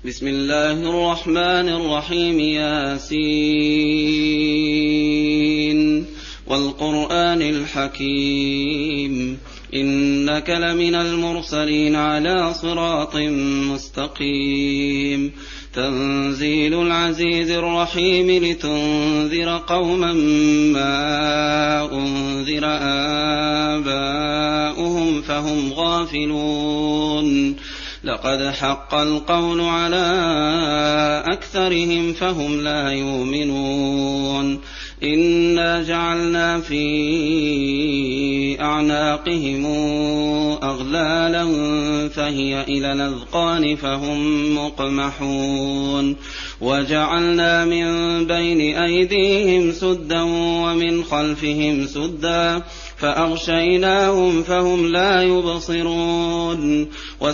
بسم الله الرحمن الرحيم. ياسين والقرآن الحكيم إنك لمن المرسلين على صراط مستقيم. تنزيل العزيز الرحيم لتنذر قوما ما أنذر آباؤهم فهم غافلون. لقد حق القول على أكثرهم فهم لا يؤمنون. إنا جعلنا في أعناقهم أغلالا فهي إلى الأذقان فهم مقمحون. وجعلنا من بين أيديهم سدا ومن خلفهم سدا فأغشيناهم فهم لا يبصرون.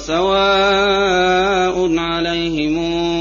وسواء عليهم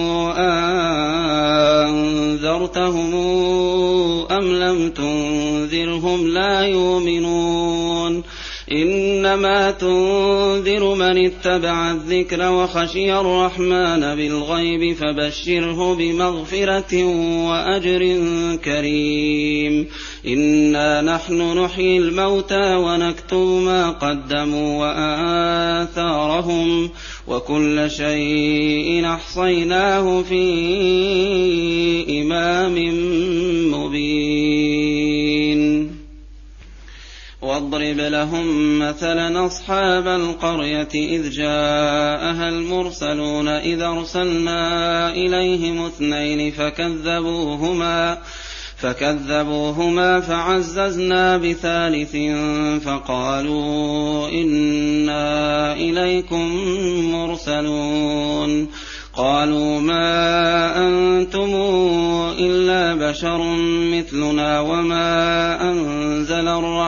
أنذرتهم أم لم تنذرهم لا يؤمنون. إنما تنذر من اتبع الذكر وخشي الرحمن بالغيب فبشره بمغفرة وأجر كريم. إنا نحن نحيي الموتى ونكتب ما قدموا وآثارهم وكل شيء أحصيناه في إمام مبين. واضرب لهم مثلا أصحاب القرية إذ جاءها المرسلون إذ أرسلنا إليهم 2 فكذبوهما فعززنا ب3 فقالوا إنا إليكم مرسلون. قالوا ما أنتم إلا بشر مثلنا وما أنزل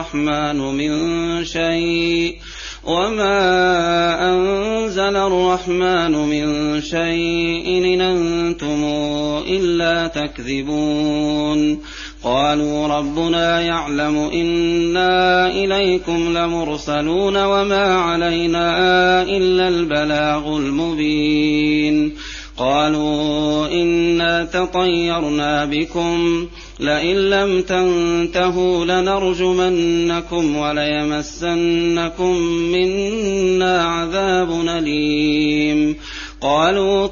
الرحمن من شيء إن أنتم إلا تكذبون. قالوا ربنا يعلم إنا إليكم لمرسلون وما علينا إلا البلاغ المبين. قالوا إنا تطيرنا بكم لئن لم تنتهوا لنرجمنكم وليمسنكم منا عذاب أليم. قالوا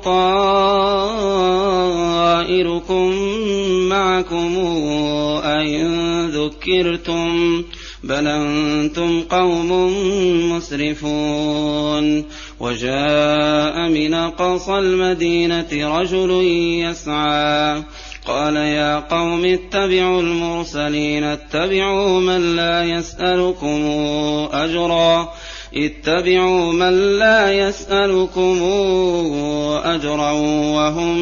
طائركم معكم أئن ذكرتم بل أنتم قوم مسرفون. وجاء من أقصى المدينة رجل يسعى قال يا قوم اتبعوا المرسلين اتبعوا من لا يسألكم أجرا وهم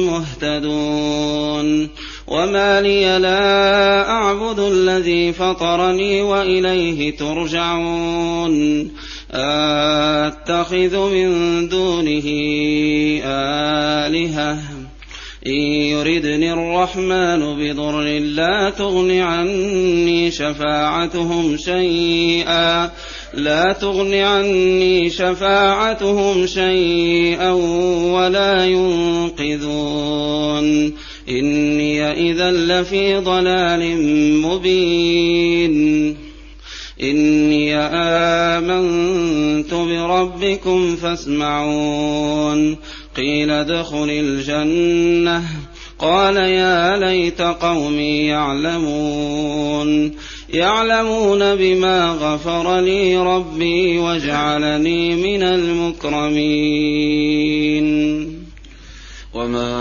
مهتدون. وما لي لا أعبد الذي فطرني وإليه ترجعون. أتخذ من دونه آلهة إن يردني الرحمن بضر لا تغن عني شفاعتهم شيئا ولا ينقذون. إني إذا لفي ضلال مبين. إني آمنت بربكم فاسمعون. قيل ادخل الجنة قال يا ليت قومي يعلمون بما غفر لي ربي وجعلني من المكرمين. وما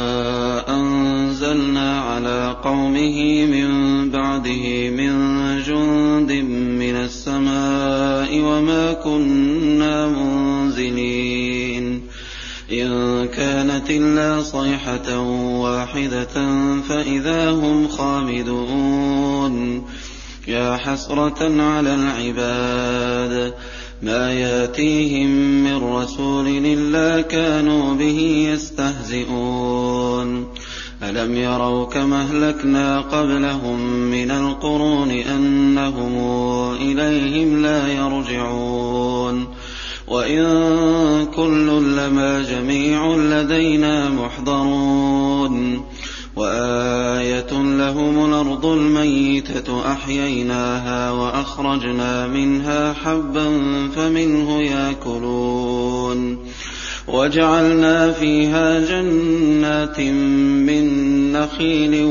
أنزلنا على قومه من بعده من جند من السماء وما كنا منزلين. إن كانت إلا صيحة واحدة فإذا هم خامدون. يا حسرة على العباد ما ياتيهم من رسول إلا كانوا به يستهزئون. ألم يروا كما أهلكنا قبلهم من القرون أنهم إليهم لا يرجعون. وإن كل لما جميع لدينا محضرون وآية لهم الأرض الميتة أحييناها وأخرجنا منها حبا فمنه يأكلون وجعلنا فيها جنات من نخيل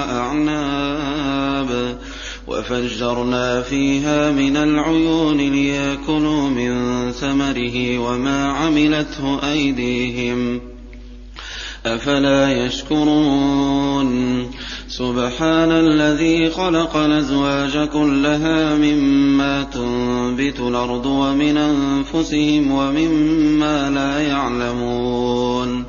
وأعناب وفجرنا فيها من العيون ليأكلوا من ثمره وما عملته أيديهم أفلا يشكرون سبحان الذي خلق الأزواج كلها مما تنبت الأرض ومن أنفسهم ومما لا يعلمون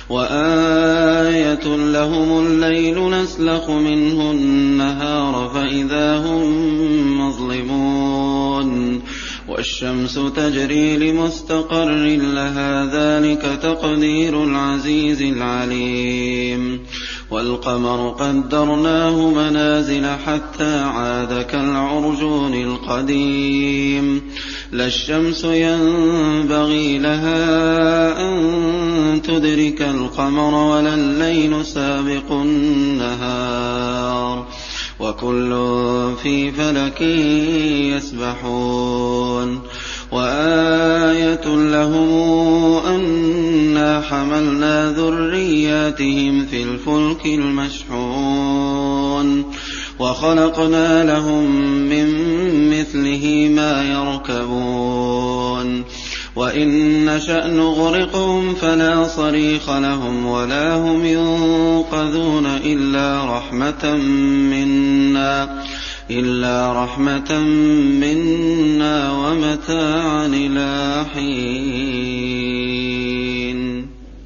وآية لهم الليل نسلخ منه النهار فإذا هم مظلمون والشمس تجري لمستقر لها ذلك تقدير العزيز العليم والقمر قدرناه منازل حتى عاد كالعرجون القديم لا الشمس ينبغي لها أن تدرك القمر ولا الليل سابق النهار وكل في فلك يسبحون وآية لهم أنا حملنا ذرياتهم في الفلك المشحون وخلقنا لهم من مثله ما يركبون وإن نشأ نغرقهم فلا صريخ لهم ولا هم ينقذون إلا رحمة منا ومتاعا إلى حين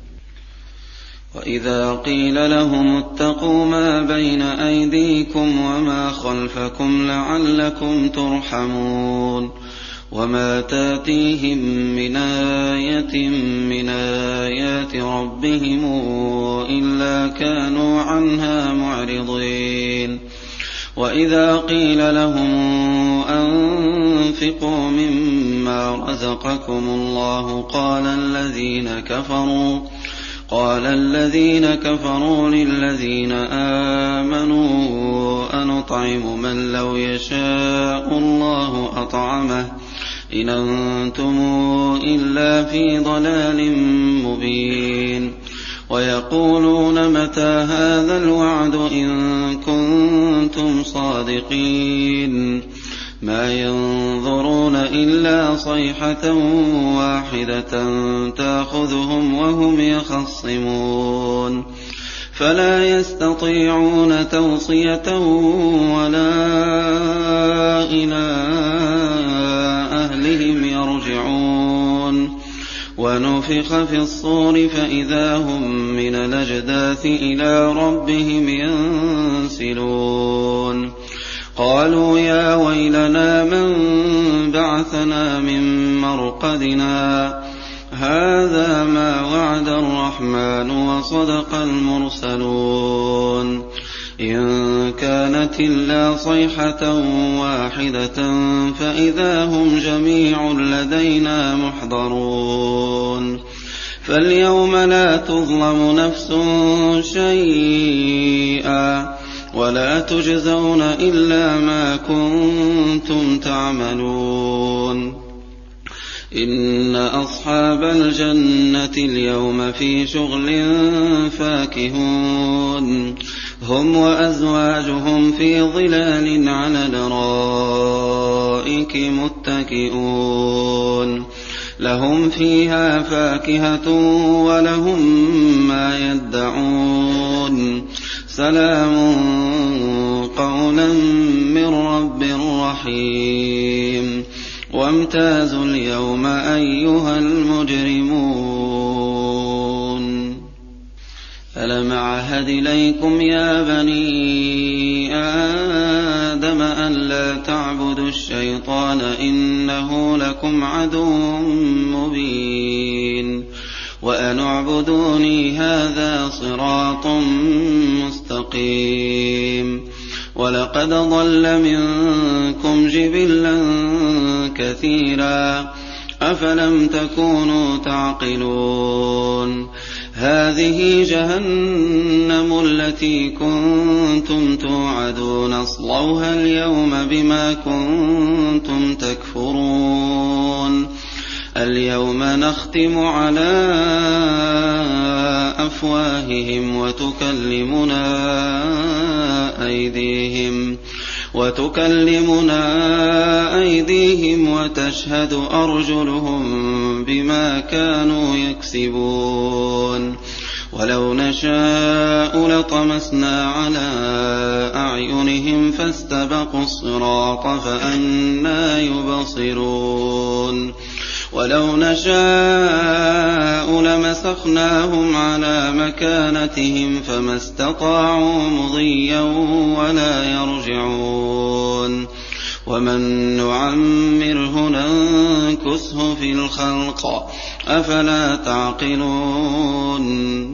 وإذا قيل لهم اتقوا ما بين أيديكم وما خلفكم لعلكم ترحمون وما تاتيهم من آية من آيات ربهم إلا كانوا عنها معرضين وإذا قيل لهم أنفقوا مما رزقكم الله قال الذين كفروا للذين آمنوا أنطعم من لو يشاء الله أطعمه إن أنتم إلا في ضلال مبين ويقولون متى هذا الوعد إن كنتم صادقين ما ينظرون إلا صيحة واحدة تأخذهم وهم يخصمون فلا يستطيعون توصية ولا إلى أهلهم يرجعون ونفخ في الصور فإذا هم من الأجداث إلى ربهم ينسلون قالوا يا ويلنا من بعثنا من مرقدنا هذا ما وعد الرحمن وصدق المرسلون إن كانت إلا صيحة واحدة فإذا هم جميع لدينا محضرون فاليوم لا تظلم نفس شيئا ولا تجزون إلا ما كنتم تعملون إن أصحاب الجنة اليوم في شغل فاكهون هم وأزواجهم في ظلال على الأرائك متكئون لهم فيها فاكهة ولهم ما يدعون سلام قولا من رب رحيم وامتازوا اليوم أيها المجرمون ألم أعهد إليكم يا بني آدم أن لا تعبدوا الشيطان إنه لكم عدو مبين وأن اعبدوني هذا صراط مستقيم ولقد ضل منكم جبلا كثيرا أفلم تكونوا تعقلون هذه جهنم التي كنتم توعدون اصلوها اليوم بما كنتم تكفرون اليوم نختم على أفواههم وتكلمنا أيديهم وتشهد أرجلهم بما كانوا يكسبون ولو نشاء لطمسنا على أعينهم فاستبقوا الصراط فأنى يبصرون ولو نشاء لمسخناهم على مكانتهم فما استطاعوا مضيا ولا يرجعون ومن نعمره ننكسه في الخلق أفلا تعقلون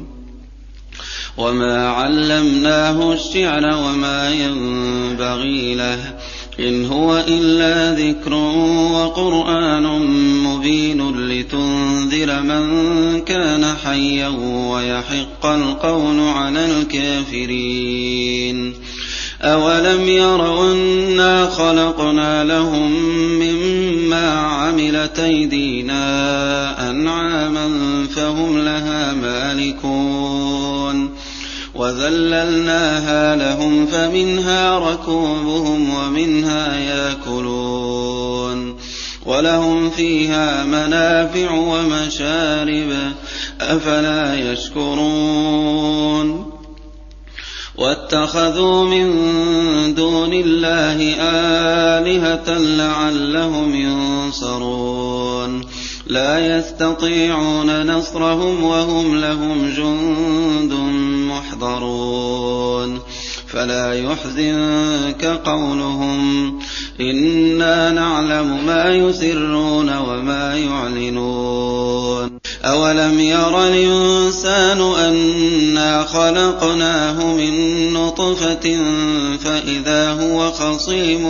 وما علمناه الشعر وما ينبغي له إن هو إلا ذكر وقرآن مبين لتنذر من كان حيا ويحق القول على الكافرين أولم يروا أنا خلقنا لهم مما عملت أيدينا أنعاما فهم لها مالكون وذللناها لهم فمنها ركوبهم ومنها يأكلون ولهم فيها منافع ومشارب أفلا يشكرون واتخذوا من دون الله آلهة لعلهم ينصرون لا يستطيعون نصرهم وهم لهم جند محضرون فلا يحزنك قولهم إنا نعلم ما يسرون وما يعلنون أولم ير الإنسان أنا خلقناه من نطفة فإذا هو خصيم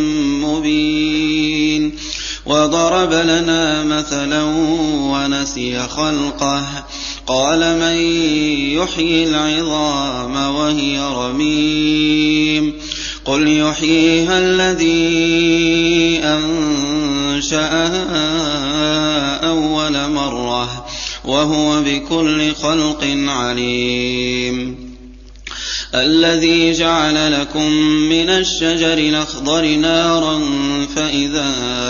مبين وضرب لنا مثلا ونسي خلقه قال من يحيي العظام وهي رميم قل يحييها الذي أنشأها أول مرة وهو بكل خلق عليم الذي جعل لكم من الشجر الأخضر نارا فإذا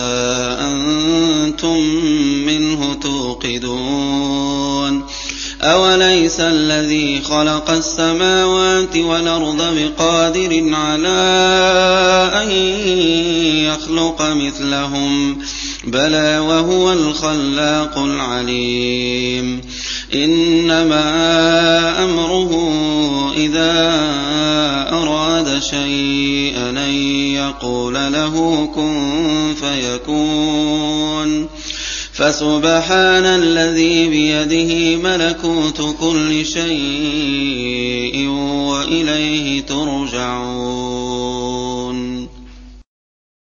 أنتم منه توقدون أوليس الذي خلق السماوات والأرض بقادر على أن يخلق مثلهم بلى وهو الخلاق العليم إنما أمره إذا أراد شيئا أن يقول له كن فيكون فسبحان الذي بيده ملكوت كل شيء وإليه ترجعون